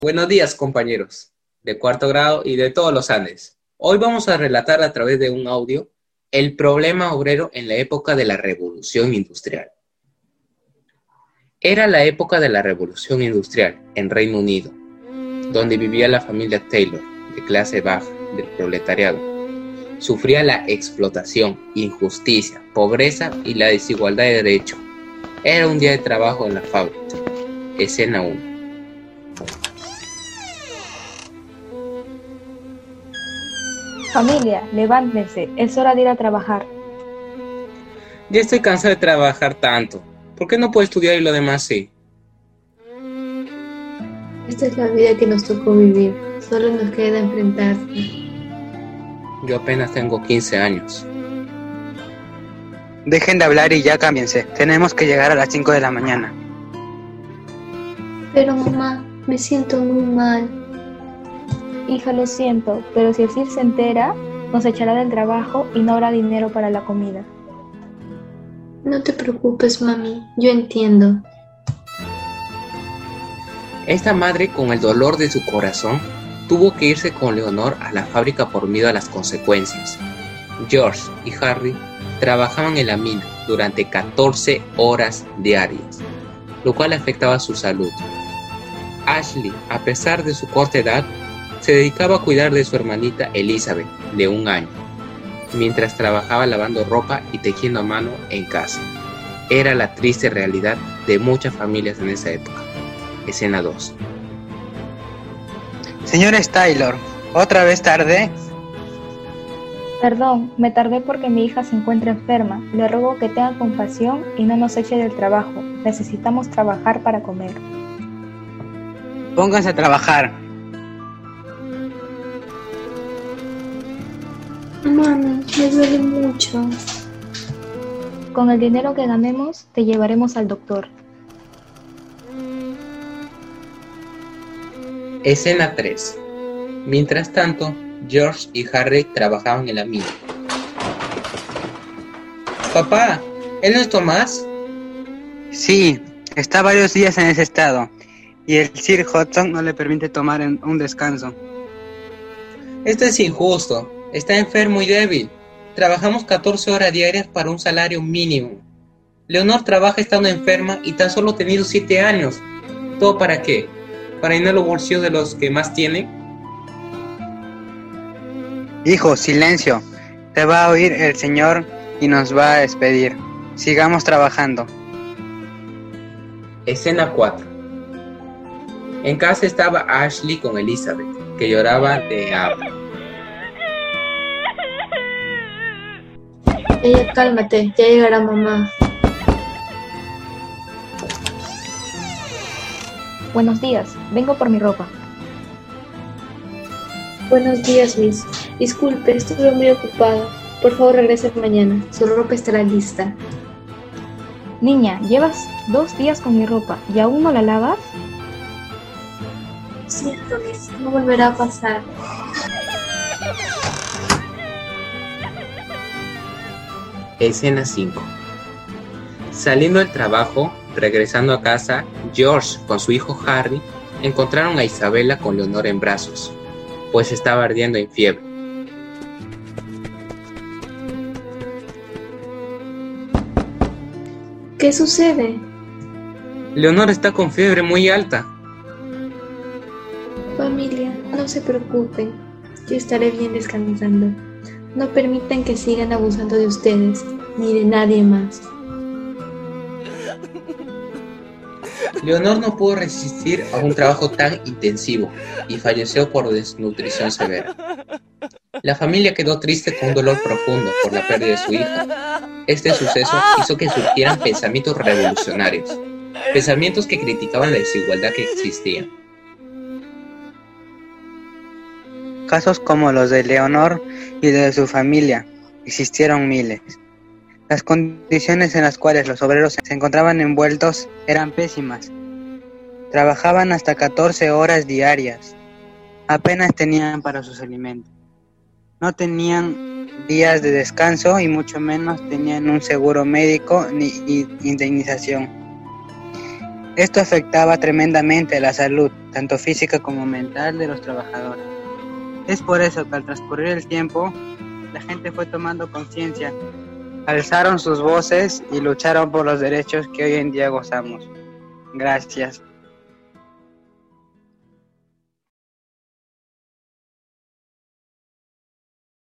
Buenos días, compañeros de cuarto grado y de todos los Andes. Hoy vamos a relatar a través de un audio el problema obrero en la época de la Revolución Industrial. Era la época de la Revolución Industrial en Reino Unido, donde vivía la familia Taylor, de clase baja, del proletariado. Sufría la explotación, injusticia, pobreza y la desigualdad de derecho. Era un día de trabajo en la fábrica. Escena 1. Familia, levántense, es hora de ir a trabajar. Ya estoy cansado de trabajar tanto. ¿Por qué no puedo estudiar y lo demás sí? Esta es la vida que nos tocó vivir, solo nos queda enfrentarse. Yo apenas tengo 15 años. Dejen de hablar y ya cámbiense. Tenemos que llegar a las 5 de la mañana. Pero mamá, me siento muy mal. Hija, lo siento, pero si el Sir se entera, nos echará del trabajo y no habrá dinero para la comida. No te preocupes, mami, yo entiendo. Esta madre, con el dolor de su corazón, tuvo que irse con Leonor a la fábrica por miedo a las consecuencias. George y Harry trabajaban en la mina durante 14 horas diarias, lo cual afectaba su salud. Ashley, a pesar de su corta edad, se dedicaba a cuidar de su hermanita Elizabeth, de 1 año, mientras trabajaba lavando ropa y tejiendo a mano en casa. Era la triste realidad de muchas familias en esa época. Escena 2. Señores Taylor, ¿otra vez tarde? Perdón, me tardé porque mi hija se encuentra enferma. Le ruego que tenga compasión y no nos eche del trabajo. Necesitamos trabajar para comer. Pónganse a trabajar. Mami, me duele mucho. Con el dinero que ganemos, te llevaremos al doctor. Escena 3. Mientras tanto, George y Harry trabajaban en la mina. Papá, ¿él no es Tomás? Sí, está varios días en ese estado. Y el Sir Hudson no le permite tomar un descanso. Esto es injusto. Está enfermo y débil. Trabajamos 14 horas diarias para un salario mínimo. Leonor trabaja estando enferma y tan solo ha tenido 7 años. ¿Todo para qué? ¿Para llenar los bolsillos de los que más tienen? Hijo, silencio. Te va a oír el señor y nos va a despedir. Sigamos trabajando. Escena 4. En casa estaba Ashley con Elizabeth, que lloraba de hambre. Ella, cálmate, ya llegará mamá. Buenos días, vengo por mi ropa. Buenos días, Miss. Disculpe, estuve muy ocupada. Por favor, regrese mañana. Su ropa estará lista. Niña, llevas 2 días con mi ropa y aún no la lavas. Siento, Miss, no volverá a pasar. Escena 5. Saliendo del trabajo, regresando a casa, George con su hijo Harry encontraron a Isabella con Leonor en brazos, pues estaba ardiendo en fiebre. ¿Qué sucede? Leonor está con fiebre muy alta. Familia, no se preocupen. Yo estaré bien descansando. No permitan que sigan abusando de ustedes, ni de nadie más. Leonor no pudo resistir a un trabajo tan intensivo y falleció por desnutrición severa. La familia quedó triste con un dolor profundo por la pérdida de su hija. Este suceso hizo que surgieran pensamientos revolucionarios, pensamientos que criticaban la desigualdad que existía. Casos como los de Leonor y de su familia existieron miles. Las condiciones en las cuales los obreros se encontraban envueltos eran pésimas. Trabajaban hasta 14 horas diarias. Apenas tenían para sus alimentos. No tenían días de descanso y mucho menos tenían un seguro médico ni indemnización. Esto afectaba tremendamente la salud, tanto física como mental, de los trabajadores. Es por eso que al transcurrir el tiempo, la gente fue tomando conciencia, alzaron sus voces y lucharon por los derechos que hoy en día gozamos. Gracias.